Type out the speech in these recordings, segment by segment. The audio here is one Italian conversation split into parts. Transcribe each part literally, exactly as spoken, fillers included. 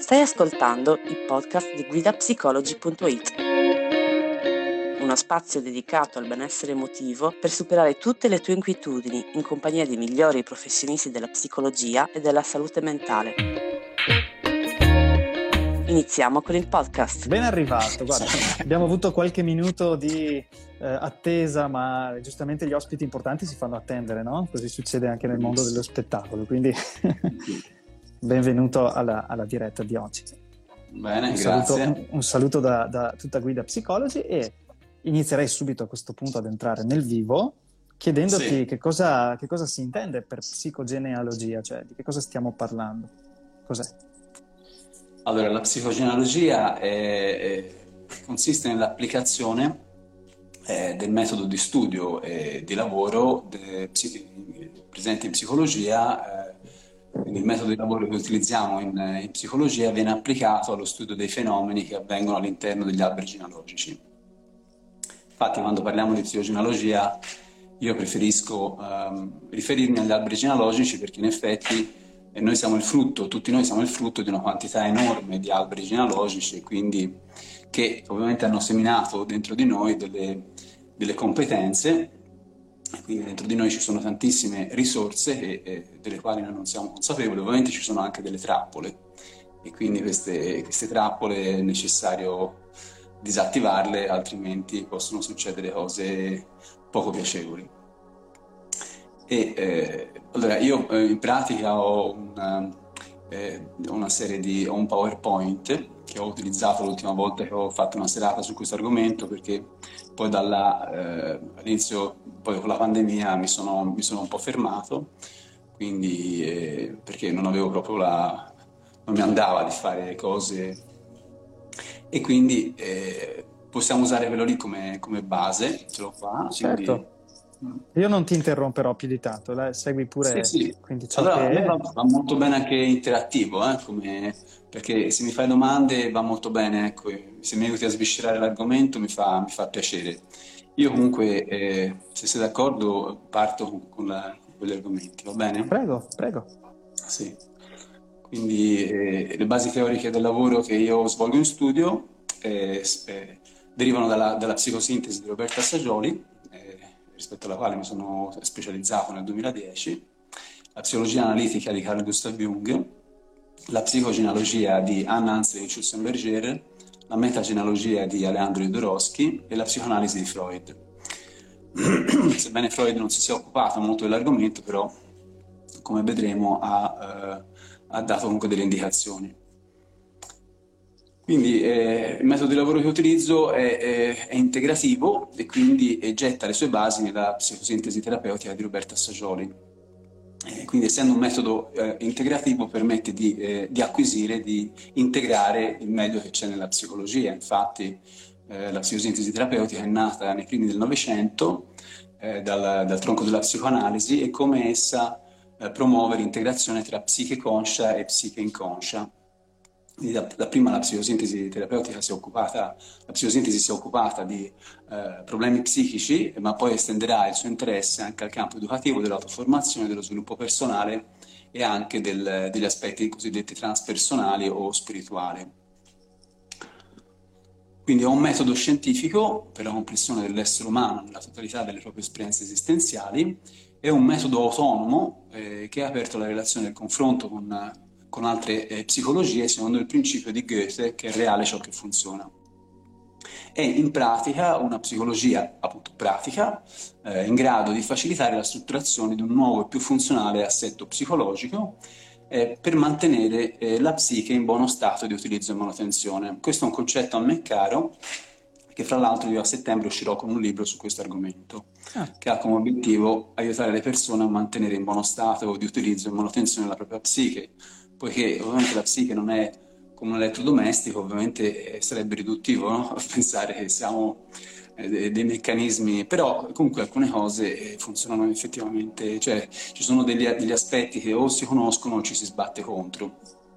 Stai ascoltando il podcast di guida psicologi punto it, uno spazio dedicato al benessere emotivo per superare tutte le tue inquietudini in compagnia dei migliori professionisti della psicologia e della salute mentale. Iniziamo con il podcast. Ben arrivato, guarda, abbiamo avuto qualche minuto di eh, attesa, ma giustamente gli ospiti importanti si fanno attendere, no? Così succede anche nel mondo dello spettacolo, quindi benvenuto alla, alla diretta di oggi. Bene, un grazie. Saluto, un, un saluto da, da tutta Guida Psicologi e inizierei subito a questo punto ad entrare nel vivo chiedendoti sì. che, cosa, che cosa si intende per psicogenealogia, cioè di che cosa stiamo parlando, cos'è? Allora, la psicogenealogia è, è, consiste nell'applicazione eh, del metodo di studio e di lavoro de, psichi, presente in psicologia. Eh, quindi il metodo di lavoro che utilizziamo in, in psicologia viene applicato allo studio dei fenomeni che avvengono all'interno degli alberi genealogici. Infatti, quando parliamo di psicogenealogia, io preferisco um, riferirmi agli alberi genealogici perché in effetti e noi siamo il frutto, tutti noi siamo il frutto di una quantità enorme di alberi genealogici e quindi che ovviamente hanno seminato dentro di noi delle, delle competenze, quindi dentro di noi ci sono tantissime risorse e, e delle quali noi non siamo consapevoli. Ovviamente ci sono anche delle trappole e quindi queste, queste trappole è necessario disattivarle, altrimenti possono succedere cose poco piacevoli. E, eh, allora io eh, in pratica ho una, eh, una serie di ho un PowerPoint che ho utilizzato l'ultima volta che ho fatto una serata su questo argomento, perché poi dalla, eh, all'inizio, poi con la pandemia mi sono, mi sono un po' fermato, quindi eh, perché non avevo proprio la non mi andava di fare cose e quindi eh, possiamo usare quello lì come, come base, ce l'ho qua. Certo. Quindi, io non ti interromperò più di tanto, dai, segui pure. Sì, sì. Quindi ciò Allora, che va, va molto bene anche interattivo, eh, come, perché se mi fai domande va molto bene, ecco, se mi aiuti a sviscerare l'argomento mi fa, mi fa piacere. Io comunque, eh, se sei d'accordo, parto con, con, la, con gli argomenti, va bene? Prego, prego. Sì. Quindi eh, le basi teoriche del lavoro che io svolgo in studio eh, eh, derivano dalla, dalla psicosintesi di Roberta Sagioli, rispetto alla quale mi sono specializzato nel duemiladieci, la psicologia analitica di Carl Gustav Jung, la psicogenealogia di Anna Ansel-Schussenberger, la metagenealogia di Alejandro Jodorowsky e la psicoanalisi di Freud. Sebbene Freud non si sia occupato molto dell'argomento, però, come vedremo, ha, eh, ha dato comunque delle indicazioni. Quindi eh, il metodo di lavoro che utilizzo è, è, è integrativo e quindi eh, getta le sue basi nella psicosintesi terapeutica di Roberta Sagioli. Eh, quindi essendo un metodo eh, integrativo permette di, eh, di acquisire, di integrare il meglio che c'è nella psicologia. Infatti eh, la psicosintesi terapeutica è nata nei primi del Novecento eh, dal, dal tronco della psicoanalisi e come essa eh, promuove l'integrazione tra psiche conscia e psiche inconscia. Da, da prima la psicosintesi terapeutica si è occupata, la psicosintesi si è occupata di eh, problemi psichici, ma poi estenderà il suo interesse anche al campo educativo, dell'autoformazione, dello sviluppo personale e anche del, degli aspetti cosiddetti transpersonali o spirituali. Quindi è un metodo scientifico per la comprensione dell'essere umano nella totalità delle proprie esperienze esistenziali, è un metodo autonomo eh, che ha aperto la relazione del confronto con con altre eh, psicologie secondo il principio di Goethe che è reale ciò che funziona. È in pratica una psicologia appunto pratica eh, in grado di facilitare la strutturazione di un nuovo e più funzionale assetto psicologico eh, per mantenere eh, la psiche in buono stato di utilizzo e manutenzione. Questo è un concetto a me caro, che fra l'altro io a settembre uscirò con un libro su questo argomento, ah. che ha come obiettivo aiutare le persone a mantenere in buono stato di utilizzo e manutenzione la propria psiche, poiché ovviamente la psiche non è come un elettrodomestico, ovviamente eh, sarebbe riduttivo, no? Pensare che siamo eh, dei meccanismi, però comunque alcune cose eh, funzionano effettivamente, cioè ci sono degli, degli aspetti che o si conoscono o ci si sbatte contro.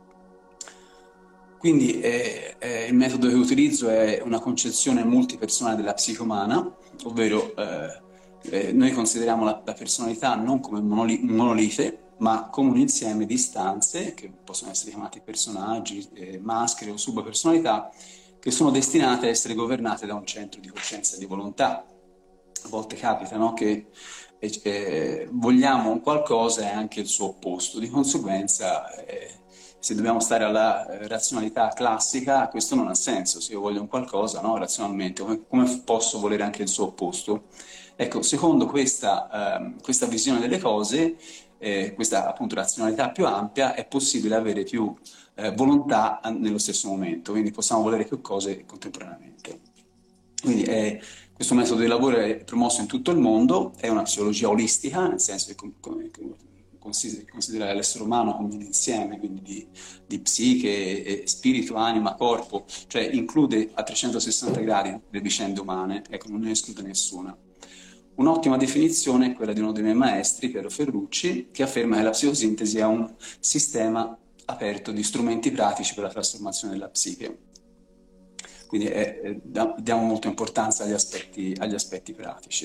Quindi eh, eh, il metodo che utilizzo è una concezione multipersonale della psiche umana, ovvero eh, eh, noi consideriamo la, la personalità non come un monoli- monolite, ma come un insieme di istanze, che possono essere chiamati personaggi, eh, maschere o subpersonalità, che sono destinate a essere governate da un centro di coscienza e di volontà. A volte capita, no, che eh, eh, vogliamo un qualcosa e anche il suo opposto, di conseguenza eh, se dobbiamo stare alla eh, razionalità classica, questo non ha senso. Se io voglio un qualcosa, no, razionalmente, come, come posso volere anche il suo opposto? Ecco, secondo questa, eh, questa visione delle cose, eh, questa appunto razionalità più ampia, è possibile avere più eh, volontà nello stesso momento, quindi possiamo volere più cose contemporaneamente. Quindi è, questo metodo di lavoro è promosso in tutto il mondo, è una psicologia olistica, nel senso che com- com- considera l'essere umano come un insieme, quindi di, di psiche, spirito, anima, corpo, cioè include a trecentosessanta gradi le vicende umane, ecco, non ne esclude nessuna. Un'ottima definizione è quella di uno dei miei maestri, Piero Ferrucci, che afferma che la psicosintesi è un sistema aperto di strumenti pratici per la trasformazione della psiche. Quindi è, è, diamo molta importanza agli aspetti, agli aspetti pratici.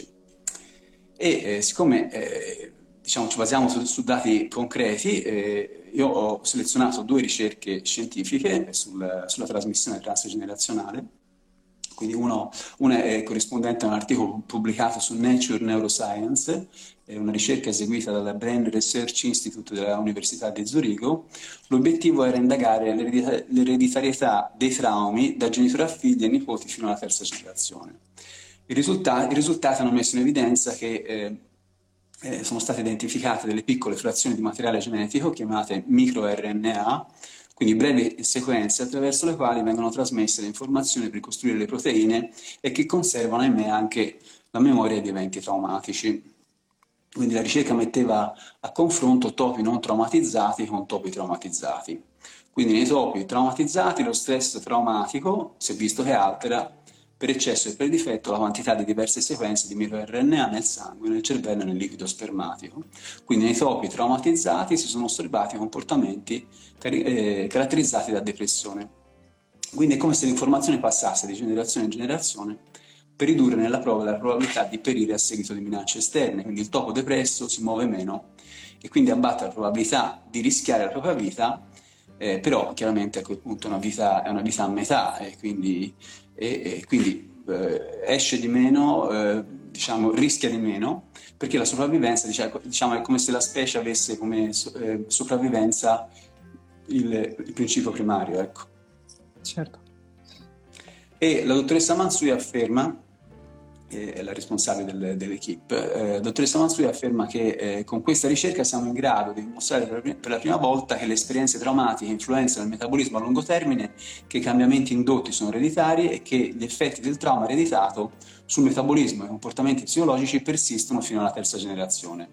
E eh, siccome eh, diciamo, ci basiamo su, su dati concreti, eh, io ho selezionato due ricerche scientifiche sul, sulla trasmissione transgenerazionale. Quindi uno, una è corrispondente a un articolo pubblicato su Nature Neuroscience, è una ricerca eseguita dalla Brain Research Institute della Università di Zurigo. L'obiettivo era indagare l'ereditarietà dei traumi da genitori a figli e nipoti fino alla terza generazione. I risultati, i risultati hanno messo in evidenza che eh, eh, sono state identificate delle piccole frazioni di materiale genetico chiamate microR N A, quindi brevi sequenze attraverso le quali vengono trasmesse le informazioni per costruire le proteine e che conservano, ahimè, anche la memoria di eventi traumatici. Quindi la ricerca metteva a confronto topi non traumatizzati con topi traumatizzati. Quindi nei topi traumatizzati lo stress traumatico si è visto che altera per eccesso e per difetto la quantità di diverse sequenze di microRNA nel sangue, nel cervello e nel liquido spermatico. Quindi nei topi traumatizzati si sono osservati comportamenti eh, caratterizzati da depressione. Quindi è come se l'informazione passasse di generazione in generazione per ridurre nella prova la probabilità di perire a seguito di minacce esterne. Quindi il topo depresso si muove meno e quindi abbatte la probabilità di rischiare la propria vita, eh, però chiaramente a quel punto è una vita, è una vita a metà e quindi E, e quindi eh, esce di meno, eh, diciamo, rischia di meno, perché la sopravvivenza, diciamo, è come se la specie avesse come eh, sopravvivenza il, il principio primario, ecco. Certo. E la dottoressa Mansui afferma, eh, è la responsabile del, dell'equipe, eh, la dottoressa Mansui afferma che eh, con questa ricerca siamo in grado di dimostrare per, per la prima volta che le esperienze traumatiche influenzano il metabolismo a lungo termine, che i cambiamenti indotti sono ereditari e che gli effetti del trauma ereditato sul metabolismo e i comportamenti psicologici persistono fino alla terza generazione.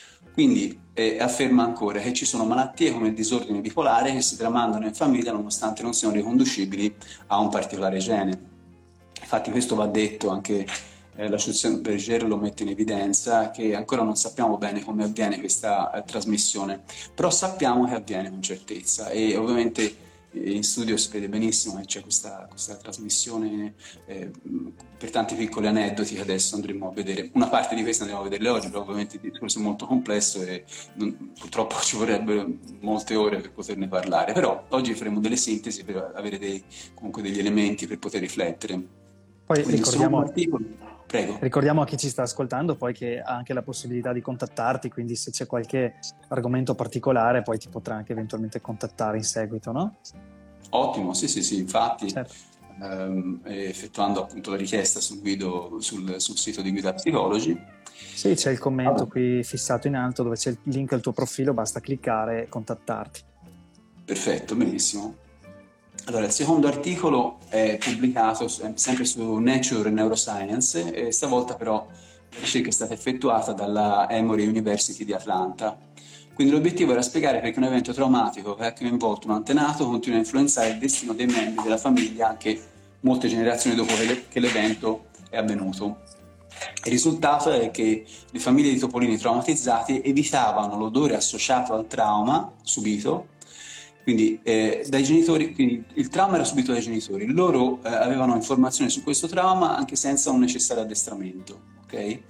Quindi eh, afferma ancora che ci sono malattie come il disordine bipolare che si tramandano in famiglia nonostante non siano riconducibili a un particolare gene. Infatti questo va detto anche, eh, l'associazione Berger lo mette in evidenza, che ancora non sappiamo bene come avviene questa eh, trasmissione, però sappiamo che avviene con certezza e ovviamente in studio si vede benissimo che c'è questa, questa trasmissione eh, per tanti piccoli aneddoti che adesso andremo a vedere. Una parte di queste andremo a vederle oggi, però ovviamente il discorso è molto complesso e non, purtroppo ci vorrebbero molte ore per poterne parlare, però oggi faremo delle sintesi per avere dei, comunque degli elementi per poter riflettere. Poi ricordiamo, Prego. ricordiamo a chi ci sta ascoltando poi che ha anche la possibilità di contattarti, quindi se c'è qualche argomento particolare poi ti potrà anche eventualmente contattare in seguito, no? Ottimo, sì sì sì, infatti certo. ehm, effettuando appunto la richiesta sul, guido, sul, sul sito di Guida Psicologi. Sì, c'è il commento ah. qui fissato in alto dove c'è il link al tuo profilo, basta cliccare e contattarti. Perfetto, benissimo. Allora, il secondo articolo è pubblicato sempre su Nature Neuroscience e stavolta però la ricerca è stata effettuata dalla Emory University di Atlanta. Quindi l'obiettivo era spiegare perché un evento traumatico che ha coinvolto un antenato continua a influenzare il destino dei membri della famiglia anche molte generazioni dopo che l'evento è avvenuto. Il risultato è che le famiglie di topolini traumatizzati evitavano l'odore associato al trauma subito. Quindi, eh, dai genitori, quindi il trauma era subito dai genitori, loro eh, avevano informazioni su questo trauma anche senza un necessario addestramento, ok?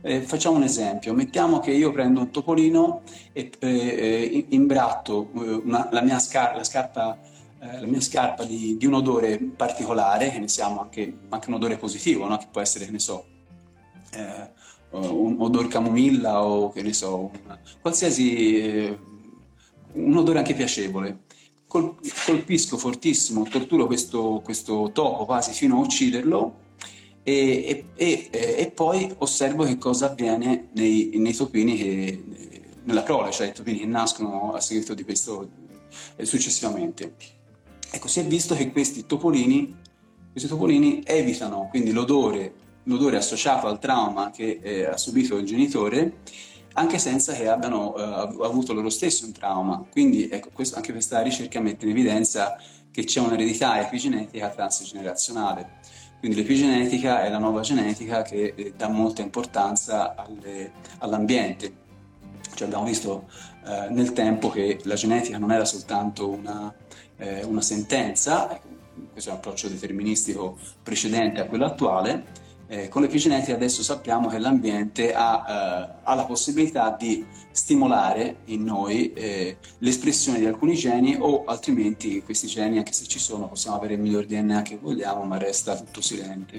Eh, facciamo un esempio, mettiamo che io prendo un topolino e eh, imbratto eh, una, la mia, scar- la scarpa, eh, la mia scarpa di, di un odore particolare, che ne siamo anche, anche un odore positivo, no? Che può essere, che ne so, eh, un odor camomilla o che ne so, una, qualsiasi, eh, un odore anche piacevole. Col- colpisco fortissimo, torturo questo, questo topo quasi fino a ucciderlo e, e- e- e poi osservo che cosa avviene nei, nei topini che, nella prole, cioè i topini che nascono a seguito di questo eh, successivamente. Ecco, si è visto che questi topolini, questi topolini evitano quindi l'odore, l'odore associato al trauma che eh, ha subito il genitore, anche senza che abbiano eh, avuto loro stessi un trauma. Quindi ecco, questo, anche questa ricerca mette in evidenza che c'è un'eredità epigenetica transgenerazionale. Quindi l'epigenetica è la nuova genetica che eh, dà molta importanza alle, all'ambiente. Cioè abbiamo visto eh, nel tempo che la genetica non era soltanto una, eh, una sentenza, ecco, questo è un approccio deterministico precedente a quello attuale. Eh, con l'epigenetica adesso sappiamo che l'ambiente ha, eh, ha la possibilità di stimolare in noi eh, l'espressione di alcuni geni, o altrimenti questi geni, anche se ci sono, possiamo avere il miglior D N A che vogliamo, ma resta tutto silente.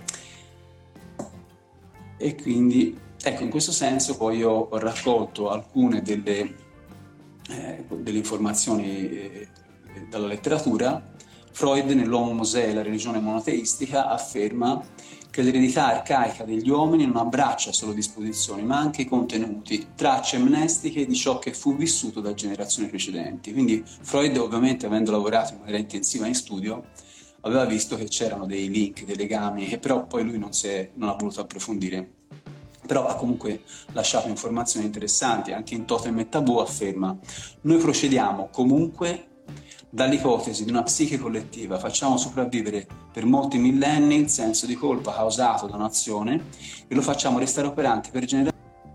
E quindi, ecco, in questo senso poi io ho raccolto alcune delle, eh, delle informazioni eh, dalla letteratura. Freud, nell'Homo Mosè, la religione monoteistica, afferma che l'eredità arcaica degli uomini non abbraccia solo disposizioni, ma anche i contenuti, tracce amnestiche di ciò che fu vissuto da generazioni precedenti. Quindi Freud, ovviamente, avendo lavorato in maniera intensiva in studio, aveva visto che c'erano dei link, dei legami, che però poi lui non, si è, non ha voluto approfondire. Però ha comunque lasciato informazioni interessanti. Anche in Totem e Tabù afferma: noi procediamo comunque dall'ipotesi di una psiche collettiva, facciamo sopravvivere per molti millenni il senso di colpa causato da un'azione e lo facciamo restare operante per generazioni.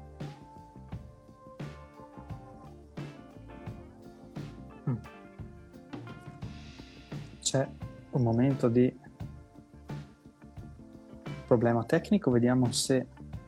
C'è un momento di problema tecnico, vediamo se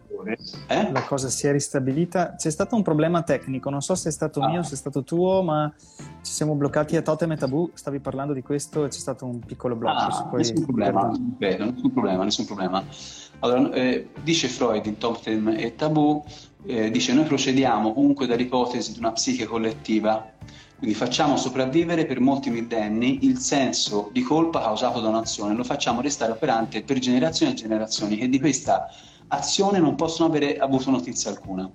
Eh? la cosa si è ristabilita. C'è stato un problema tecnico, non so se è stato Ah. mio o se è stato tuo, ma ci siamo bloccati a Totem e Tabù, stavi parlando di questo e c'è stato un piccolo blocco. Ah, se poi- nessun problema, perdona. ripeto, nessun problema, nessun problema. Allora, eh, dice Freud in Totem e Tabù, eh, dice: noi procediamo comunque dall'ipotesi di una psiche collettiva, quindi facciamo sopravvivere per molti millenni il senso di colpa causato da un'azione, lo facciamo restare operante per generazioni e generazioni che di questa azione non possono avere avuto notizia alcuna.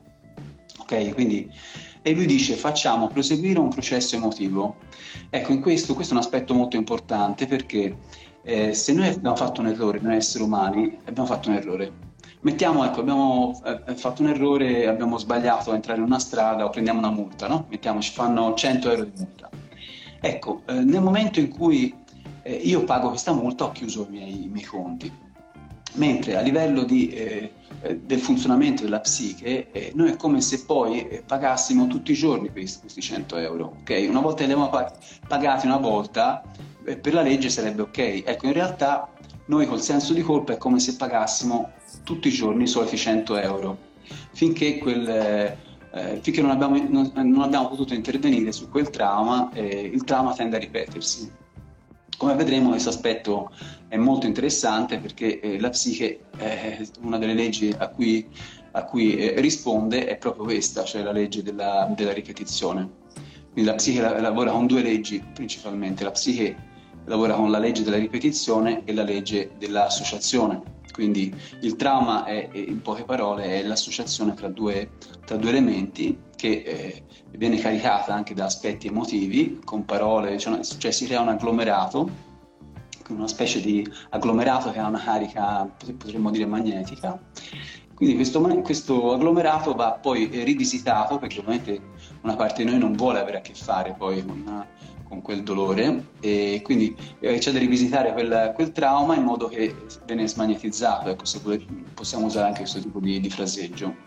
Ok? Quindi, e lui dice: facciamo proseguire un processo emotivo. Ecco, in questo, questo è un aspetto molto importante, perché eh, se noi abbiamo fatto un errore, noi esseri umani abbiamo fatto un errore. Mettiamo, ecco, abbiamo eh, fatto un errore, abbiamo sbagliato a entrare in una strada o prendiamo una multa, no? Mettiamo, ci fanno cento euro di multa. Ecco, eh, nel momento in cui eh, io pago questa multa, ho chiuso i miei, i miei conti. Mentre a livello di, eh, eh, del funzionamento della psiche, eh, noi è come se poi eh, pagassimo tutti i giorni questi, questi cento euro. Okay? Una volta che li abbiamo pag- pagati una volta, eh, per la legge sarebbe ok. Ecco, in realtà noi col senso di colpa è come se pagassimo tutti i giorni i soliti cento euro, finché, quel, eh, eh, finché non, abbiamo, non, non abbiamo potuto intervenire su quel trauma, eh, il trauma tende a ripetersi. Come vedremo, questo aspetto è molto interessante, perché eh, la psiche, eh, una delle leggi a cui, a cui eh, risponde è proprio questa, cioè la legge della, della ripetizione. Quindi la psiche la, lavora con due leggi principalmente: la psiche lavora con la legge della ripetizione e la legge dell'associazione. Quindi il trauma è, in poche parole, è l'associazione tra due, tra due elementi che eh, viene caricata anche da aspetti emotivi, con parole, cioè, cioè si crea un agglomerato, una specie di agglomerato che ha una carica, potremmo dire, magnetica. Quindi questo, questo agglomerato va poi rivisitato, perché ovviamente una parte di noi non vuole avere a che fare poi con, con quel dolore, e quindi eh, c'è da rivisitare quel, quel trauma in modo che viene smagnetizzato. Ecco, se possiamo usare anche questo tipo di, di fraseggio.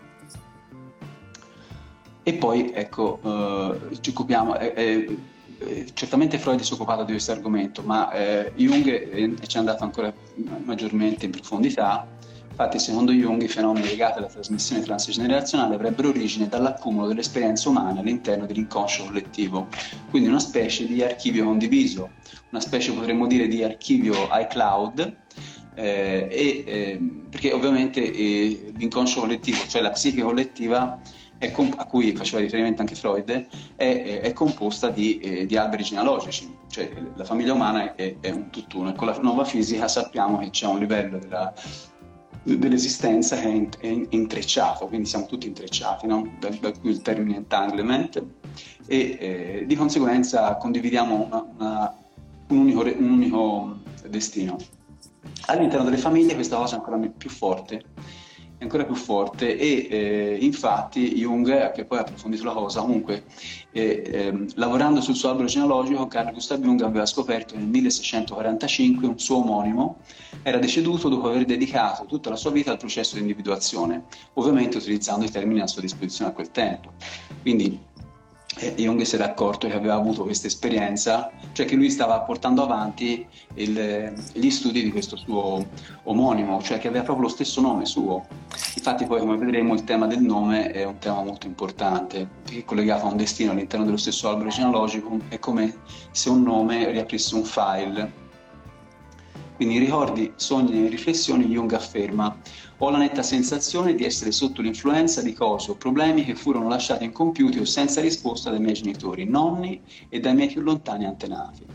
E poi, ecco, eh, ci occupiamo, eh, eh, certamente Freud si è occupato di questo argomento, ma eh, Jung eh, ci è andato ancora maggiormente in profondità, Infatti, secondo Jung, i fenomeni legati alla trasmissione transgenerazionale avrebbero origine dall'accumulo delle esperienze umane all'interno dell'inconscio collettivo, quindi una specie di archivio condiviso, una specie, potremmo dire, di archivio iCloud, eh, e, eh, perché ovviamente eh, l'inconscio collettivo, cioè la psiche collettiva, è comp- a cui faceva riferimento anche Freud, è, è, è composta di, eh, di alberi genealogici, cioè la famiglia umana è, è un tutt'uno, e con la nuova fisica sappiamo che c'è un livello della dell'esistenza che è, in, è intrecciato, quindi siamo tutti intrecciati, no? da, da cui il termine entanglement, e eh, di conseguenza condividiamo una, una, un, unico, un unico destino. All'interno delle famiglie questa cosa è ancora più forte, è ancora più forte e eh, infatti Jung, che poi ha approfondito la cosa, comunque eh, eh, lavorando sul suo albero genealogico, Carl Gustav Jung aveva scoperto nel milleseicentoquarantacinque un suo omonimo era deceduto dopo aver dedicato tutta la sua vita al processo di individuazione, ovviamente utilizzando i termini a sua disposizione a quel tempo. Quindi eh, Jung si era accorto che aveva avuto questa esperienza, cioè che lui stava portando avanti il, gli studi di questo suo omonimo, cioè che aveva proprio lo stesso nome suo. Infatti poi, come vedremo, il tema del nome è un tema molto importante, perché è collegato a un destino all'interno dello stesso albero genealogico, è come se un nome riaprisse un file. Quindi ricordi, sogni e riflessioni, Jung afferma: ho la netta sensazione di essere sotto l'influenza di cose o problemi che furono lasciati incompiuti o senza risposta dai miei genitori, nonni e dai miei più lontani antenati.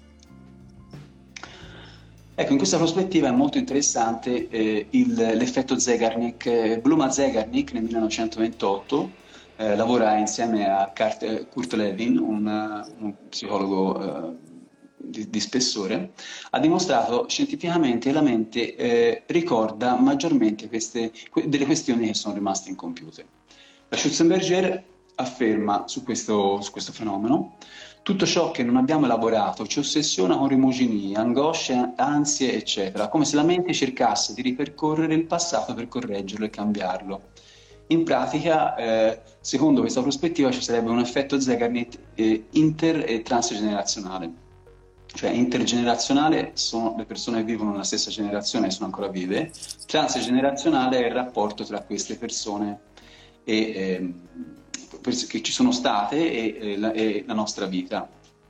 Ecco, in questa prospettiva è molto interessante eh, il, l'effetto Zeigarnik. Bloom-Zeigarnik nel millenovecentoventotto eh, lavora insieme a Kurt, Kurt Lewin, un, un psicologo eh, Di, di spessore, ha dimostrato scientificamente che la mente eh, ricorda maggiormente queste, que, delle questioni che sono rimaste incompiute. La Schutzenberger afferma su questo, su questo fenomeno: tutto ciò che non abbiamo elaborato ci ossessiona con rimuginie, angosce, ansie, eccetera, come se la mente cercasse di ripercorrere il passato per correggerlo e cambiarlo. In pratica, eh, secondo questa prospettiva, ci sarebbe un effetto Zeigarnik eh, inter- e transgenerazionale. Cioè intergenerazionale sono le persone che vivono nella stessa generazione e sono ancora vive, transgenerazionale è il rapporto tra queste persone e, eh, che ci sono state e, e, la, e la nostra vita.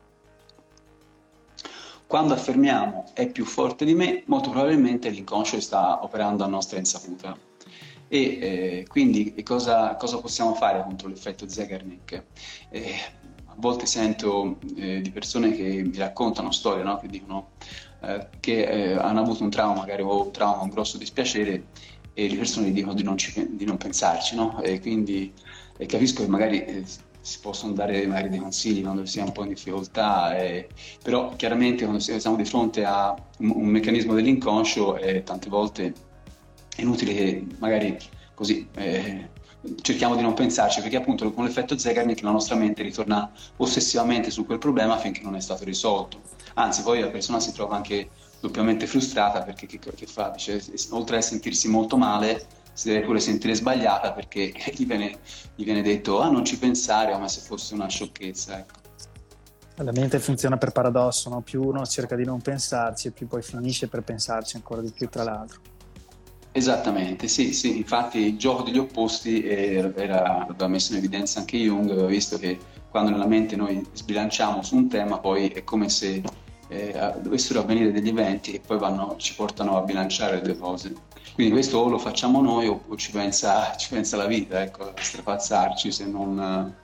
Quando affermiamo è più forte di me, molto probabilmente l'inconscio sta operando a nostra insaputa. E eh, quindi cosa, cosa possiamo fare contro l'effetto Zeigarnik? Eh, A volte sento eh, di persone che mi raccontano storie, no? Che dicono eh, che eh, hanno avuto un trauma, magari o un trauma, un grosso dispiacere, e le persone gli dicono di non, ci, di non pensarci, no? E quindi eh, capisco che magari eh, si possono dare magari dei consigli quando si è un po' in difficoltà, eh, però chiaramente quando siamo di fronte a un, un meccanismo dell'inconscio eh, tante volte è inutile che magari così... Eh, cerchiamo di non pensarci, perché appunto con l'effetto Zeigarnik la nostra mente ritorna ossessivamente su quel problema finché non è stato risolto. Anzi, poi la persona si trova anche doppiamente frustrata, perché che, che fa? Dice, oltre a sentirsi molto male, si deve pure sentire sbagliata, perché gli viene, gli viene detto ah, non ci pensare, come se fosse una sciocchezza, ecco. La mente funziona per paradosso, no? Più uno cerca di non pensarci, più poi finisce per pensarci ancora di più, tra l'altro. Esattamente, sì, sì, infatti il gioco degli opposti era, era, aveva messo in evidenza anche Jung, aveva visto che quando nella mente noi sbilanciamo su un tema, poi è come se eh, dovessero avvenire degli eventi che poi vanno, ci portano a bilanciare le due cose. Quindi questo o lo facciamo noi o, o ci, pensa, ci pensa la vita, ecco, a strapazzarci se non...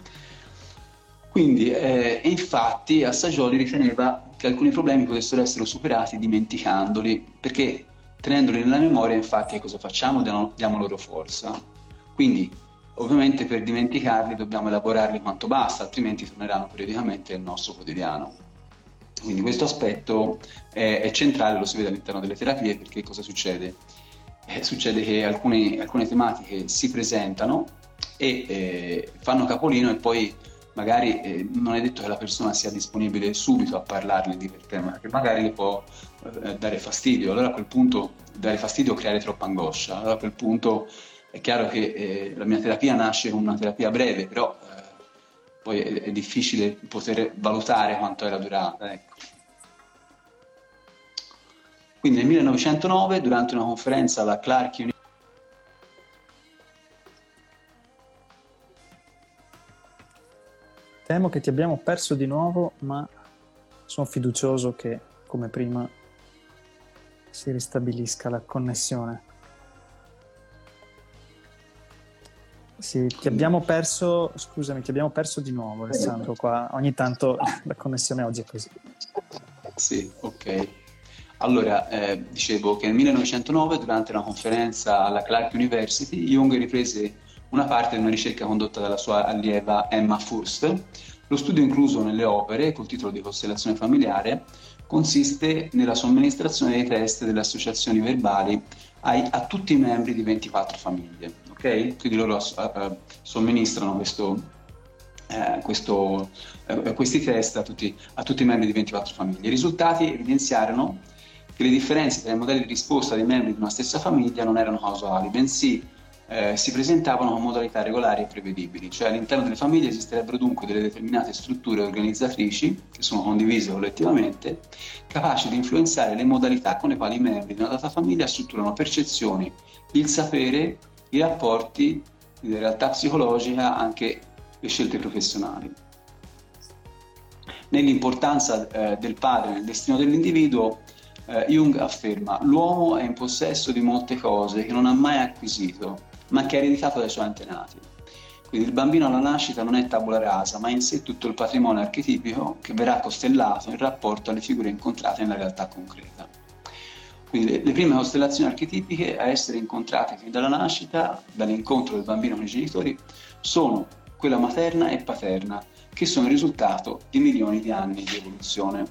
Quindi, eh, infatti, Assagioli riteneva che alcuni problemi potessero essere superati dimenticandoli, perché tenendoli nella memoria, infatti, cosa facciamo? Diamo, diamo loro forza. Quindi, ovviamente, per dimenticarli dobbiamo elaborarli quanto basta, altrimenti torneranno periodicamente nel nostro quotidiano. Quindi questo aspetto è, è centrale, lo si vede all'interno delle terapie, perché cosa succede? Eh, succede che alcune, alcune tematiche si presentano e eh, fanno capolino, e poi magari eh, non è detto che la persona sia disponibile subito a parlarne di quel tema, perché magari le può eh, dare fastidio. Allora a quel punto dare fastidio o creare troppa angoscia. Allora a quel punto è chiaro che eh, la mia terapia nasce come una terapia breve, però eh, poi è, è difficile poter valutare quanto è la durata, ecco. Quindi nel millenovecentonove, durante una conferenza alla Clark University, Temo che ti abbiamo perso di nuovo, ma sono fiducioso che, come prima, si ristabilisca la connessione. Sì, ti abbiamo perso, scusami, ti abbiamo perso di nuovo, Alessandro, qua ogni tanto la connessione oggi è così. Sì, ok. Allora, eh, dicevo che nel millenovecentonove, durante una conferenza alla Clark University, Jung riprese una parte di una ricerca condotta dalla sua allieva Emma Furst. Lo studio incluso nelle opere, col titolo di Costellazione familiare, consiste nella somministrazione dei test delle associazioni verbali ai, a tutti i membri di ventiquattro famiglie. Okay? Quindi loro uh, somministrano questo, uh, questo, uh, questi test a tutti, a tutti i membri di ventiquattro famiglie. I risultati evidenziarono che le differenze tra i modelli di risposta dei membri di una stessa famiglia non erano causali, bensì eh, si presentavano con modalità regolari e prevedibili, cioè all'interno delle famiglie esisterebbero dunque delle determinate strutture organizzatrici che sono condivise collettivamente, capaci di influenzare le modalità con le quali i membri di una data famiglia strutturano percezioni, il sapere, i rapporti, la realtà psicologica, anche le scelte professionali. Nell'importanza eh, del padre nel destino dell'individuo, eh, Jung afferma: l'uomo è in possesso di molte cose che non ha mai acquisito, ma che ha ereditato dai suoi antenati. Quindi il bambino alla nascita non è tabula rasa, ma ha in sé tutto il patrimonio archetipico che verrà costellato in rapporto alle figure incontrate nella realtà concreta. Quindi le, le prime costellazioni archetipiche a essere incontrate fin dalla nascita, dall'incontro del bambino con i genitori, sono quella materna e paterna, che sono il risultato di milioni di anni di evoluzione.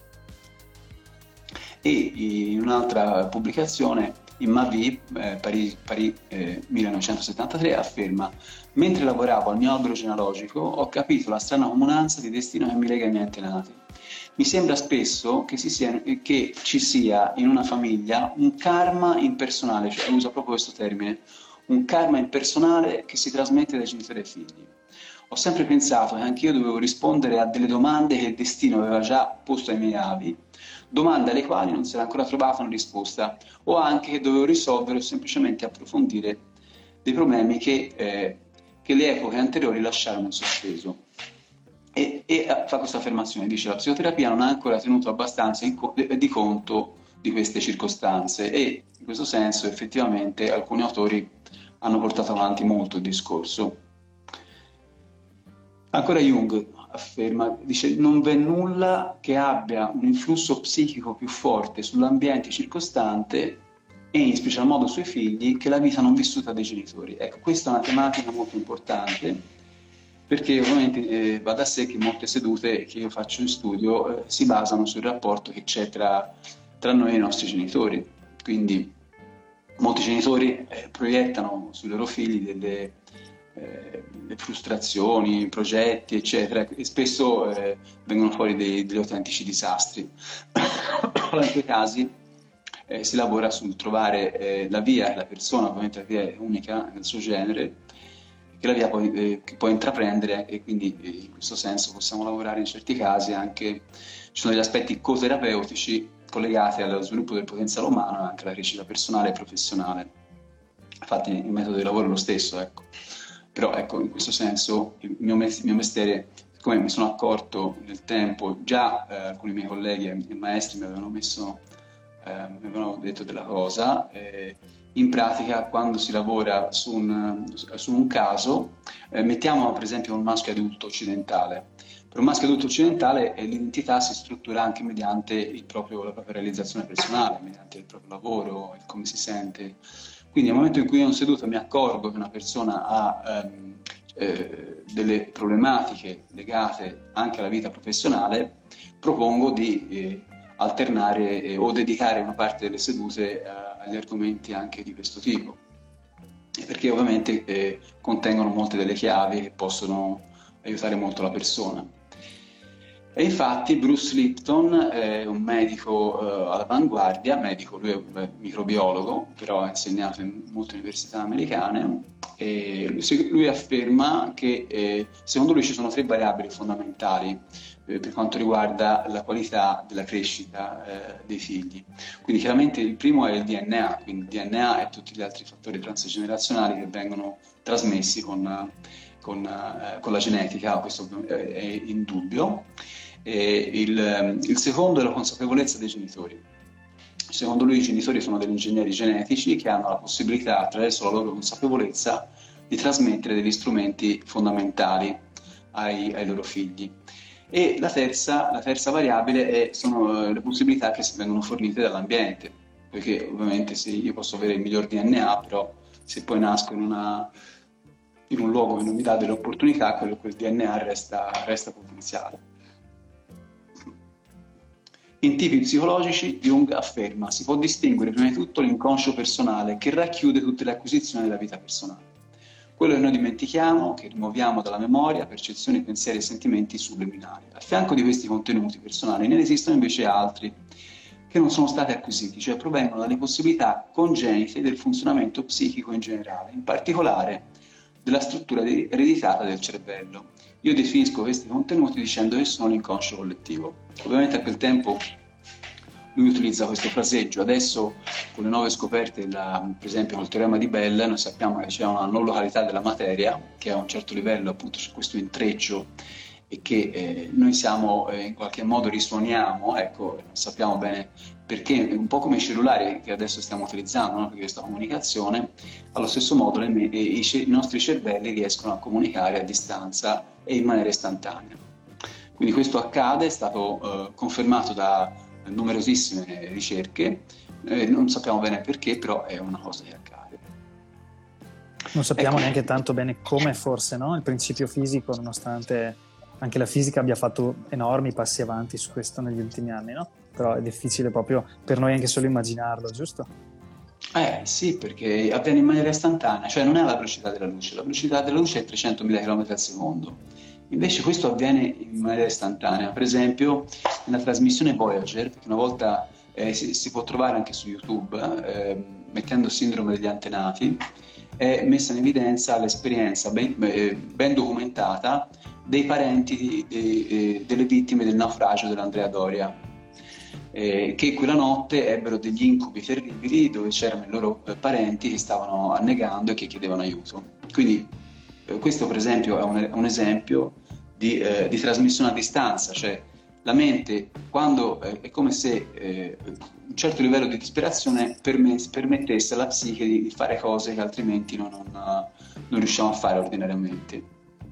E in un'altra pubblicazione, in Mavi, eh, Paris, Paris eh, millenovecentosettantatré, afferma: mentre lavoravo al mio albero genealogico ho capito la strana comunanza di destino che mi lega ai miei antenati. Mi sembra spesso che, si sia, che ci sia in una famiglia un karma impersonale, cioè usa proprio questo termine, un karma impersonale che si trasmette dai genitori ai figli. Ho sempre pensato che anch'io dovevo rispondere a delle domande che il destino aveva già posto ai miei avi, domande alle quali non si era ancora trovata una risposta, o anche che dovevo risolvere o semplicemente approfondire dei problemi che, eh, che le epoche anteriori lasciarono in sospeso. E, e fa questa affermazione, dice: la psicoterapia non ha ancora tenuto abbastanza in co- di conto di queste circostanze, e in questo senso effettivamente alcuni autori hanno portato avanti molto il discorso. Ancora Jung afferma, dice: non v'è nulla che abbia un influsso psichico più forte sull'ambiente circostante e in special modo sui figli che la vita non vissuta dai genitori. Ecco, questa è una tematica molto importante, perché ovviamente eh, va da sé che molte sedute che io faccio in studio eh, si basano sul rapporto che c'è tra, tra noi e i nostri genitori. Quindi molti genitori eh, proiettano sui loro figli delle Eh, le frustrazioni, progetti, eccetera, e spesso eh, vengono fuori dei, degli autentici disastri. In quei casi eh, si lavora sul trovare eh, la via, la persona, ovviamente la via è unica nel suo genere, che la via poi, eh, che può intraprendere, e quindi eh, in questo senso possiamo lavorare in certi casi anche, ci sono degli aspetti coterapeutici collegati allo sviluppo del potenziale umano e anche alla crescita personale e professionale. Infatti il metodo di lavoro è lo stesso, ecco. Però ecco, in questo senso il mio, mes- il mio mestiere, come mi sono accorto nel tempo, già eh, alcuni miei colleghi e maestri mi avevano messo, eh, mi avevano detto della cosa, eh, in pratica quando si lavora su un, su un caso, eh, mettiamo per esempio un maschio adulto occidentale. Per un maschio adulto occidentale eh, l'identità si struttura anche mediante il proprio, la propria realizzazione personale, mediante il proprio lavoro, il come si sente. Quindi nel momento in cui io in seduta mi accorgo che una persona ha ehm, eh, delle problematiche legate anche alla vita professionale, propongo di eh, alternare eh, o dedicare una parte delle sedute eh, agli argomenti anche di questo tipo, perché ovviamente eh, contengono molte delle chiavi che possono aiutare molto la persona. E infatti Bruce Lipton è un medico uh, all'avanguardia, medico, lui è un microbiologo, però ha insegnato in molte università americane, e lui, lui afferma che eh, secondo lui ci sono tre variabili fondamentali eh, per quanto riguarda la qualità della crescita eh, dei figli. Quindi chiaramente il primo è il D N A, quindi il D N A e tutti gli altri fattori transgenerazionali che vengono trasmessi con, con, eh, con la genetica, questo è indubbio. E il, il secondo è la consapevolezza dei genitori. Secondo lui i genitori sono degli ingegneri genetici che hanno la possibilità, attraverso la loro consapevolezza, di trasmettere degli strumenti fondamentali ai, ai loro figli. E la terza, la terza variabile è, sono le possibilità che vengono fornite dall'ambiente, perché ovviamente se io posso avere il miglior D N A, però se poi nasco in, una, in un luogo che non mi dà delle opportunità, quel, quel D N A resta, resta potenziale. In tipi psicologici, Jung afferma: si può distinguere prima di tutto l'inconscio personale, che racchiude tutte le acquisizioni della vita personale. Quello che noi dimentichiamo, che rimuoviamo dalla memoria, percezioni, pensieri e sentimenti subliminali. A fianco di questi contenuti personali ne esistono invece altri che non sono stati acquisiti, cioè provengono dalle possibilità congenite del funzionamento psichico in generale, in particolare della struttura ereditata del cervello. Io definisco questi contenuti dicendo che sono l'inconscio collettivo. Ovviamente a quel tempo lui utilizza questo fraseggio. Adesso con le nuove scoperte, la, per esempio col teorema di Bell, noi sappiamo che c'è una non località della materia, che a un certo livello appunto c'è questo intreccio e che eh, noi siamo eh, in qualche modo risuoniamo, ecco, non sappiamo bene perché, è un po' come i cellulari che adesso stiamo utilizzando, no? Per questa comunicazione. Allo stesso modo le, i, i nostri cervelli riescono a comunicare a distanza e in maniera istantanea. Quindi questo accade, è stato eh, confermato da numerosissime ricerche, eh, non sappiamo bene perché, però è una cosa che accade. Non sappiamo ecco. neanche tanto bene come, forse, no? Il principio fisico, nonostante anche la fisica abbia fatto enormi passi avanti su questo negli ultimi anni, no? Però è difficile proprio per noi anche solo immaginarlo, giusto? Eh sì, perché avviene in maniera istantanea, cioè non è la velocità della luce, la velocità della luce è trecentomila chilometri al secondo, invece questo avviene in maniera istantanea. Per esempio nella trasmissione Voyager, che una volta eh, si, si può trovare anche su YouTube, eh, mettendo sindrome degli antenati, è messa in evidenza l'esperienza ben, eh, ben documentata dei parenti di, di, di, delle vittime del naufragio dell'Andrea Doria, eh, che quella notte ebbero degli incubi terribili dove c'erano i loro eh, parenti che stavano annegando e che chiedevano aiuto. Quindi eh, questo per esempio è un, un esempio di, eh, di trasmissione a distanza, cioè la mente quando eh, è come se eh, un certo livello di disperazione perme- permettesse alla psiche di, di fare cose che altrimenti non, non, non riusciamo a fare ordinariamente.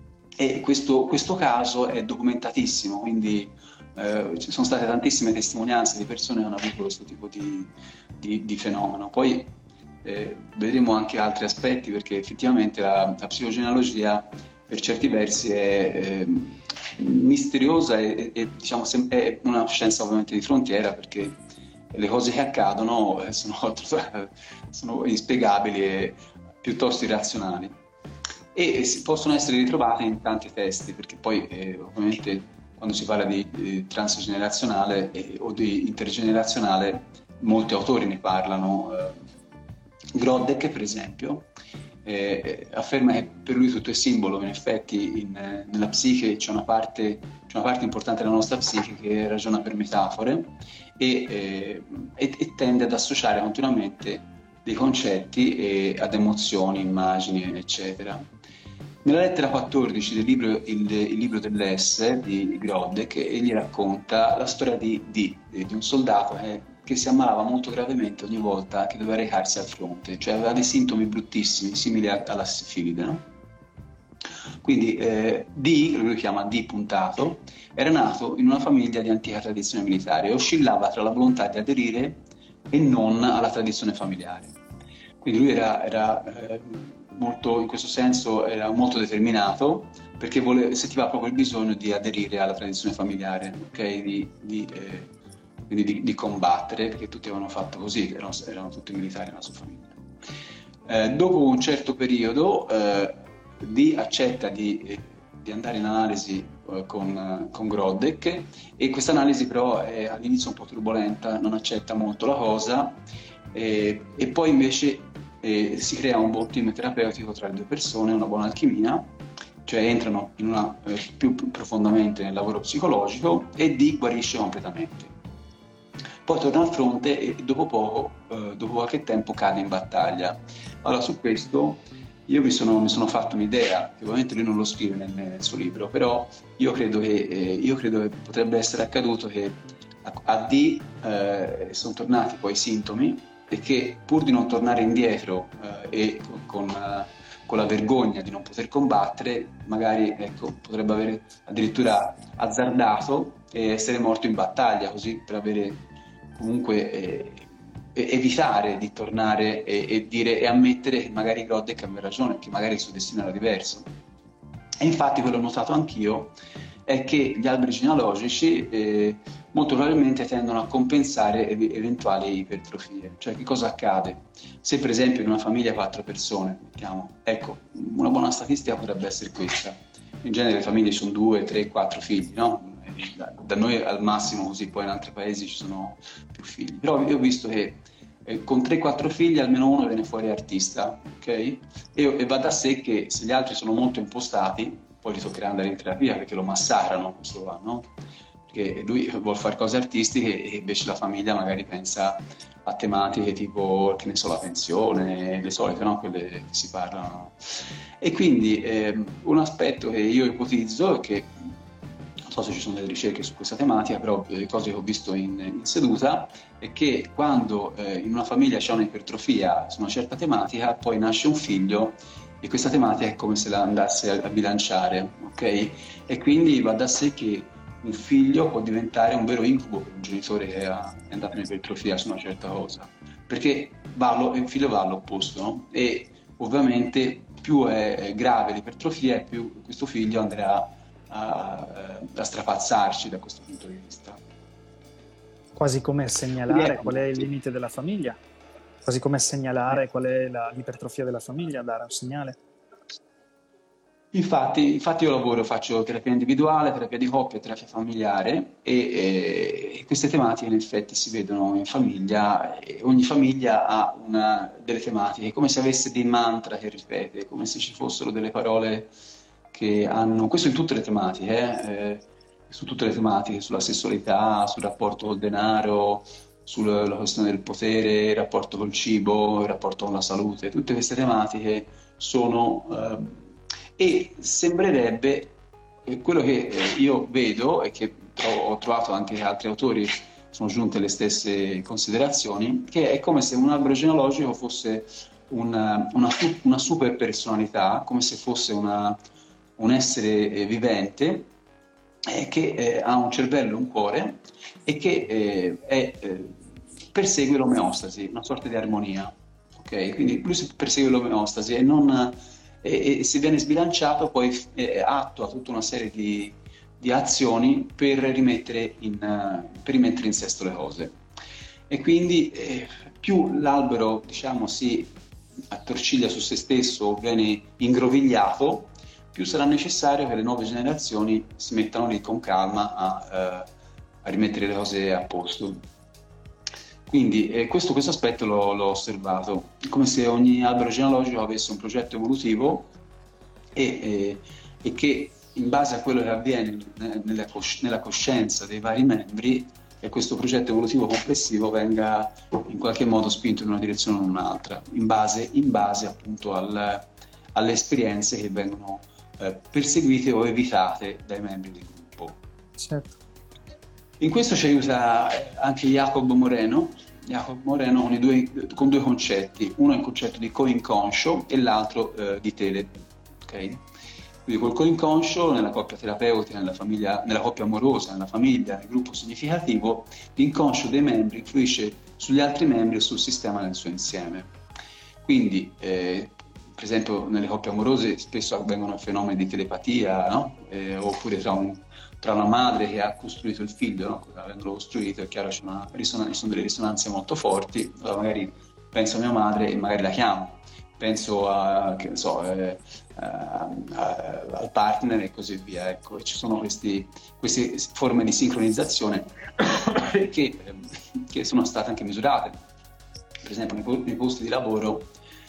E questo, questo caso è documentatissimo, quindi eh, ci sono state tantissime testimonianze di persone che hanno avuto questo tipo di, di, di fenomeno. Poi eh, vedremo anche altri aspetti, perché effettivamente la, la psicogenealogia per certi versi è eh, misteriosa e, e diciamo, è una scienza ovviamente di frontiera, perché le cose che accadono sono, sono inspiegabili e piuttosto irrazionali. E si possono essere ritrovate in tanti testi, perché poi eh, ovviamente quando si parla di, di transgenerazionale eh, o di intergenerazionale molti autori ne parlano. eh, Groddeck per esempio eh, afferma che per lui tutto è simbolo. In effetti in, eh, nella psiche c'è una parte c'è una parte importante della nostra psiche che ragiona per metafore e, eh, e, e tende ad associare continuamente dei concetti e ad emozioni, immagini, eccetera. Nella lettera quattordici del libro Il, il libro dell'S di Groddeck, egli racconta la storia di D, di un soldato che, che si ammalava molto gravemente ogni volta che doveva recarsi al fronte, cioè aveva dei sintomi bruttissimi, simili a, alla sifilide, no? Quindi eh, D, lui lo chiama D puntato, era nato in una famiglia di antica tradizione militare e oscillava tra la volontà di aderire e non alla tradizione familiare. Quindi lui era, era eh, molto, in questo senso era molto determinato, perché voleva, sentiva proprio il bisogno di aderire alla tradizione familiare, ok? Di, di, eh, quindi di, di combattere, perché tutti avevano fatto così, erano, erano tutti militari nella sua famiglia. Eh, dopo un certo periodo eh, D accetta di, eh, di andare in analisi eh, con, con Groddeck, e questa analisi però è all'inizio un po' turbolenta, non accetta molto la cosa, eh, e poi invece eh, si crea un buon team terapeutico tra le due persone, una buona alchimia, cioè entrano in una, eh, più profondamente nel lavoro psicologico, e D guarisce completamente. Poi torna al fronte e dopo poco, eh, dopo qualche tempo, cade in battaglia. Allora su questo io mi sono, mi sono fatto un'idea, che ovviamente lui non lo scrive nel, nel suo libro, però io credo che, eh, io credo che potrebbe essere accaduto che a, a D eh, sono tornati poi i sintomi e che pur di non tornare indietro eh, e con, con, con la vergogna di non poter combattere, magari ecco, potrebbe avere addirittura azzardato e essere morto in battaglia, così per avere comunque... Eh, evitare di tornare e, e dire e ammettere che magari Groddeck aveva ragione, che magari il suo destino era diverso. E infatti quello che ho notato anch'io è che gli alberi genealogici eh, molto probabilmente tendono a compensare ev- eventuali ipertrofie. Cioè che cosa accade? Se per esempio in una famiglia quattro persone, mettiamo, ecco, una buona statistica potrebbe essere questa. In genere le famiglie sono due, tre, quattro figli, no? Da noi al massimo così, poi in altri paesi ci sono più figli. Però io ho visto che eh, con tre quattro figli almeno uno viene fuori artista, ok? E, e va da sé che se gli altri sono molto impostati, poi gli toccherà andare in terapia perché lo massacrano, questo va, no? Perché lui vuole fare cose artistiche e invece la famiglia magari pensa a tematiche tipo, che ne so, la pensione, le solite, no? Quelle che si parlano. E quindi eh, un aspetto che io ipotizzo è che, non so se ci sono delle ricerche su questa tematica, però le cose che ho visto in, in seduta è che quando eh, in una famiglia c'è un'ipertrofia su una certa tematica, poi nasce un figlio e questa tematica è come se la andasse a, a bilanciare, ok? E quindi va da sé che un figlio può diventare un vero incubo per un genitore che ha, è andato in ipertrofia su una certa cosa, perché va allo, il figlio va all'opposto, no? E ovviamente più è, è grave l'ipertrofia e più questo figlio andrà A, a strapazzarci da questo punto di vista. Quasi come segnalare qual è il limite della famiglia, quasi come segnalare qual è la, l'ipertrofia della famiglia, dare un segnale. Infatti, infatti io lavoro, faccio terapia individuale, terapia di coppia, terapia familiare e, e, e queste tematiche in effetti si vedono in famiglia e ogni famiglia ha una, delle tematiche, come se avesse dei mantra che ripete, come se ci fossero delle parole che hanno, questo in tutte le tematiche, eh, eh, su tutte le tematiche, sulla sessualità, sul rapporto col denaro, sulla questione del potere, il rapporto col cibo, il rapporto con la salute, tutte queste tematiche sono, eh, e sembrerebbe, eh, quello che eh, io vedo e che ho, ho trovato anche che altri autori sono giunti alle stesse considerazioni, che è come se un albero genealogico fosse una, una, una super personalità, come se fosse una un essere eh, vivente eh, che eh, ha un cervello e un cuore e che eh, è, eh, persegue l'omeostasi, una sorta di armonia. Okay? Quindi lui persegue l'omeostasi e, non, eh, e se viene sbilanciato poi eh, attua tutta una serie di, di azioni per rimettere, in, uh, per rimettere in sesto le cose. E quindi eh, più l'albero diciamo, si attorciglia su se stesso o viene ingrovigliato, più sarà necessario che le nuove generazioni si mettano lì con calma a, eh, a rimettere le cose a posto. Quindi eh, questo, questo aspetto l'ho, l'ho osservato, come se ogni albero genealogico avesse un progetto evolutivo e, e, e che in base a quello che avviene nella, cosci- nella coscienza dei vari membri, che questo progetto evolutivo complessivo venga in qualche modo spinto in una direzione o in un'altra, in base, in base appunto al, alle esperienze che vengono perseguite o evitate dai membri del gruppo. Certo. In questo ci aiuta anche Jacob Moreno, Jacob Moreno con, i due, con due concetti, uno è il concetto di co-inconscio e l'altro eh, di tele. Okay? Quindi col co-inconscio, nella coppia terapeutica, nella, famiglia, nella coppia amorosa, nella famiglia, nel gruppo significativo, l'inconscio dei membri influisce sugli altri membri e sul sistema nel suo insieme. Quindi eh, per esempio nelle coppie amorose spesso avvengono fenomeni di telepatia, no? eh, oppure tra, un, tra una madre che ha costruito il figlio, no? Avendolo costruito è chiaro che ci sono delle risonanze molto forti, allora magari penso a mia madre e magari la chiamo, penso a, che ne so, eh, a, a, al partner e così via. Ecco, e ci sono questi, queste forme di sincronizzazione che, che sono state anche misurate. Per esempio nei, nei posti di lavoro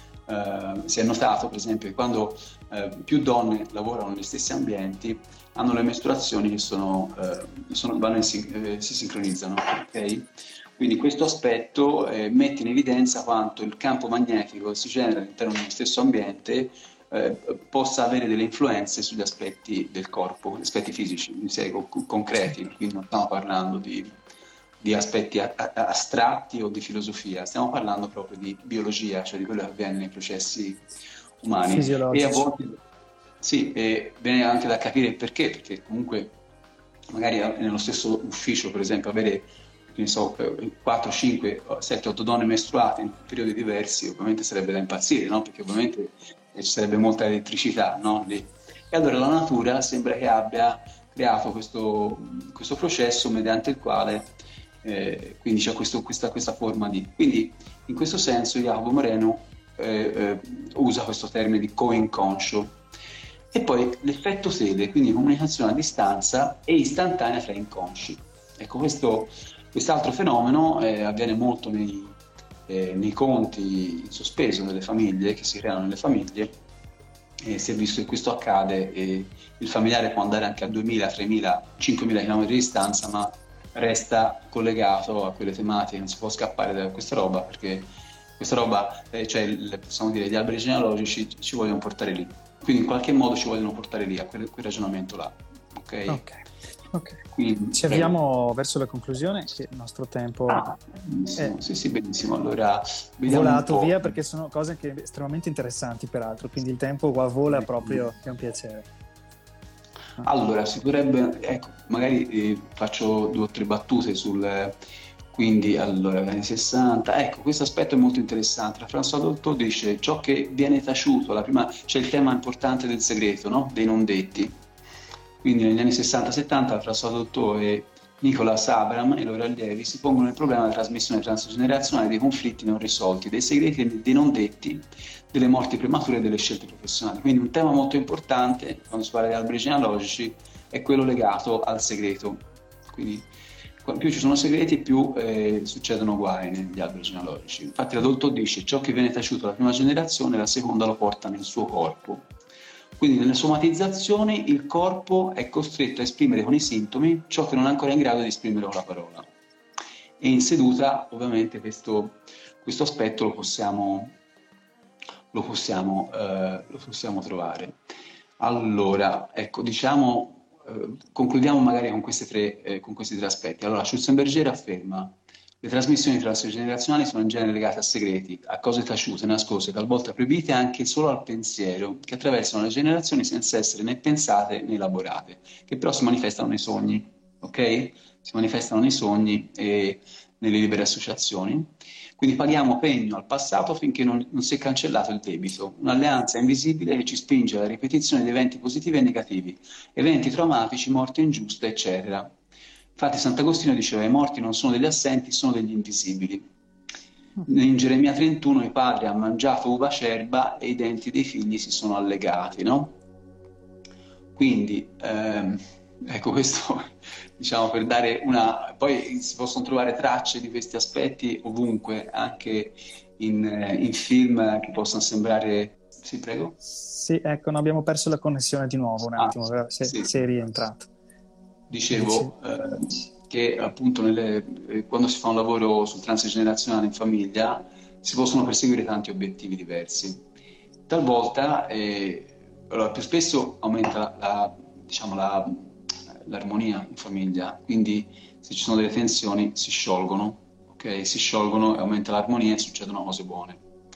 Uh, si è notato per esempio che quando uh, più donne lavorano negli stessi ambienti hanno le mestruazioni che sono, uh, sono vanno in, eh, si sincronizzano, okay? Quindi questo aspetto eh, mette in evidenza quanto il campo magnetico che si genera all'interno dello stesso ambiente eh, possa avere delle influenze sugli aspetti del corpo, aspetti fisici, in sé, co- concreti, quindi non stiamo parlando di, di aspetti a- a- astratti o di filosofia, stiamo parlando proprio di biologia, cioè di quello che avviene nei processi umani. E a Fisiologici. volte sì, e viene anche da capire il perché, perché comunque magari nello stesso ufficio, per esempio, avere che ne so, quattro, cinque, sette, otto donne mestruate in periodi diversi, ovviamente sarebbe da impazzire, no? Perché ovviamente ci sarebbe molta elettricità, no? Lì. E allora la natura sembra che abbia creato questo, questo processo mediante il quale eh, quindi c'è questo, questa, questa forma di... Quindi in questo senso Jacopo Moreno eh, eh, usa questo termine di co-inconscio. E poi l'effetto sede, quindi comunicazione a distanza e istantanea tra inconsci. Ecco, questo, quest'altro fenomeno eh, avviene molto nei, eh, nei conti in sospeso delle famiglie, che si creano nelle famiglie, e si è visto che questo accade e il familiare può andare anche a duemila, tremila, cinquemila km di distanza, ma resta collegato a quelle tematiche, non si può scappare da questa roba, perché questa roba, eh, cioè le, possiamo dire, gli alberi genealogici ci, ci vogliono portare lì. Quindi in qualche modo ci vogliono portare lì, a quel, quel ragionamento là. Ok? Ok, ok. Quindi, Ci avviamo verso la conclusione, che il nostro tempo ah, benissimo. è Sì, sì, benissimo. Allora, vediamo volato un po'. via, perché sono cose che estremamente interessanti, peraltro, quindi il tempo qua vola Eh, proprio, è un piacere. Allora, si potrebbe, ecco, magari eh, faccio due o tre battute sul, quindi, allora, gli anni sessanta, ecco, questo aspetto è molto interessante. La François Dolto dice ciò che viene taciuto, la prima, c'è il tema importante del segreto, no? Dei non detti. Quindi negli anni sessanta settanta François Dolto e Nicolas Abram e i loro allievi si pongono il problema della trasmissione transgenerazionale dei conflitti non risolti, dei segreti e dei non detti, delle morti premature e delle scelte professionali. Quindi un tema molto importante quando si parla di alberi genealogici è quello legato al segreto. Quindi più ci sono segreti, più eh, succedono guai negli alberi genealogici. Infatti l'adulto dice ciò che viene taciuto alla prima generazione, la seconda lo porta nel suo corpo. Quindi nelle somatizzazioni il corpo è costretto a esprimere con i sintomi ciò che non è ancora in grado di esprimere con la parola. E in seduta ovviamente questo, questo aspetto lo possiamo, lo possiamo, eh, lo possiamo trovare. Allora, ecco, diciamo... Uh, concludiamo magari con, queste tre, eh, con questi tre aspetti. Allora, Schutzenberger afferma le trasmissioni transgenerazionali sono in genere legate a segreti, a cose taciute, nascoste, talvolta proibite anche solo al pensiero, che attraversano le generazioni senza essere né pensate né elaborate, che però si manifestano nei sogni, ok? Si manifestano nei sogni e nelle libere associazioni. Quindi paghiamo pegno al passato finché non, non si è cancellato il debito, un'alleanza invisibile che ci spinge alla ripetizione di eventi positivi e negativi, eventi traumatici, morte ingiusta, eccetera. Infatti Sant'Agostino diceva i morti non sono degli assenti, sono degli invisibili. In Geremia trentuno i padri hanno mangiato uva acerba e i denti dei figli si sono allegati, no? Quindi, ehm, ecco questo, diciamo, per dare una... Poi si possono trovare tracce di questi aspetti ovunque, anche in, in film che possono sembrare... Sì, prego? Sì, ecco, no, abbiamo perso la connessione di nuovo un attimo, Ah, sei, sì. sei rientrato. Dicevo eh, che appunto nelle, eh, quando si fa un lavoro sul transgenerazionale in famiglia si possono perseguire tanti obiettivi diversi. Talvolta, eh, allora, più spesso aumenta la, la, diciamo, la, l'armonia in famiglia, quindi se ci sono delle tensioni si sciolgono, ok? Si sciolgono e aumenta l'armonia e succedono cose buone.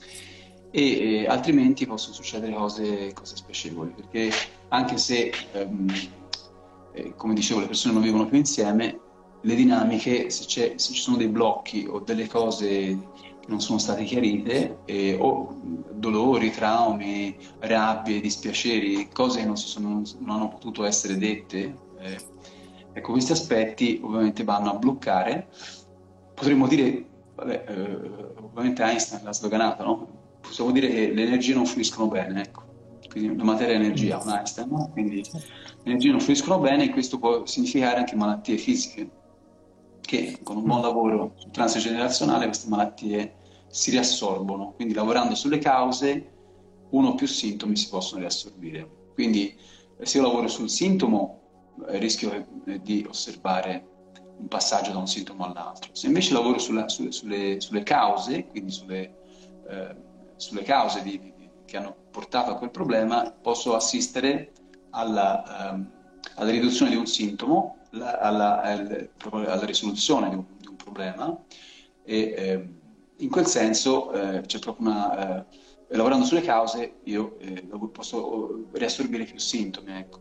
E eh, altrimenti possono succedere cose, cose spiacevoli, perché anche se ehm, eh, come dicevo le persone non vivono più insieme, le dinamiche, se, c'è, se ci sono dei blocchi o delle cose che non sono state chiarite, eh, o dolori, traumi, rabbie, dispiaceri, cose che non, si sono, non hanno potuto essere dette, eh, ecco, questi aspetti ovviamente vanno a bloccare. Potremmo dire, vabbè, eh, ovviamente Einstein l'ha sdoganato, no? Possiamo dire che le energie non fluiscono bene, ecco. Quindi la materia è energia, un Einstein, no? Quindi le energie non fluiscono bene e questo può significare anche malattie fisiche, che con un buon lavoro transgenerazionale queste malattie si riassorbono, quindi lavorando sulle cause uno o più sintomi si possono riassorbire. Quindi se io lavoro sul sintomo eh, rischio eh, di osservare un passaggio da un sintomo all'altro. Se invece lavoro sulla, sulle, sulle, sulle cause, quindi sulle, eh, sulle cause di, di, che hanno portato a quel problema, posso assistere alla, um, alla riduzione di un sintomo, la, alla, al, alla risoluzione di un, di un problema, e eh, in quel senso eh, c'è proprio una... Eh, lavorando sulle cause io eh, posso riassorbire più sintomi, ecco.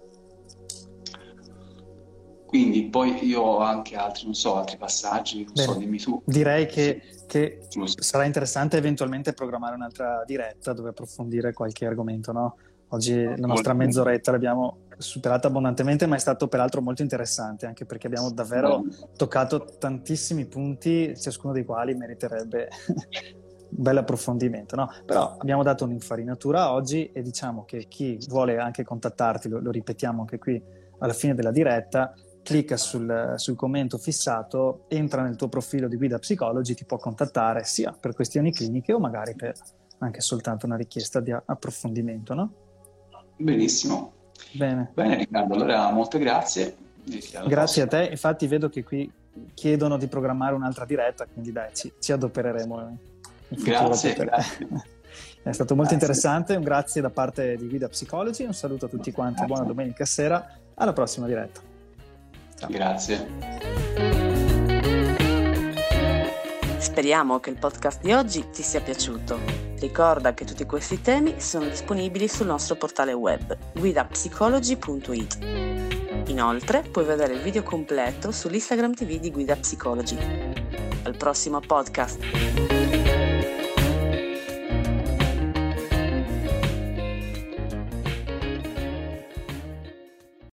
Quindi poi io ho anche altri, non so, altri passaggi, non Bene. so, dimmi tu. Direi che, che Sì. sarà interessante eventualmente programmare un'altra diretta dove approfondire qualche argomento, no? Oggi la nostra mezz'oretta l'abbiamo superata abbondantemente, ma è stato peraltro molto interessante, anche perché abbiamo davvero toccato tantissimi punti, ciascuno dei quali meriterebbe un bel approfondimento, no? Però abbiamo dato un'infarinatura oggi e diciamo che chi vuole anche contattarti, lo, lo ripetiamo anche qui alla fine della diretta, clicca sul, sul commento fissato, entra nel tuo profilo di Guida Psicology, ti può contattare sia per questioni cliniche o magari per anche soltanto una richiesta di approfondimento, no? Benissimo. Bene. Bene Riccardo, allora molte grazie. Grazie a te, infatti vedo che qui chiedono di programmare un'altra diretta, quindi dai, ci, ci adopereremo in futuro. Grazie, per... grazie. È stato molto Grazie. interessante, un grazie da parte di Guida Psicology, un saluto a tutti quanti, Grazie. buona domenica sera, alla prossima diretta. Ciao. Grazie. Speriamo che il podcast di oggi ti sia piaciuto. Ricorda che tutti questi temi sono disponibili sul nostro portale web guida psicology punto it. Inoltre puoi vedere il video completo sull'Instagram T V di Guida Psicology. Al prossimo podcast!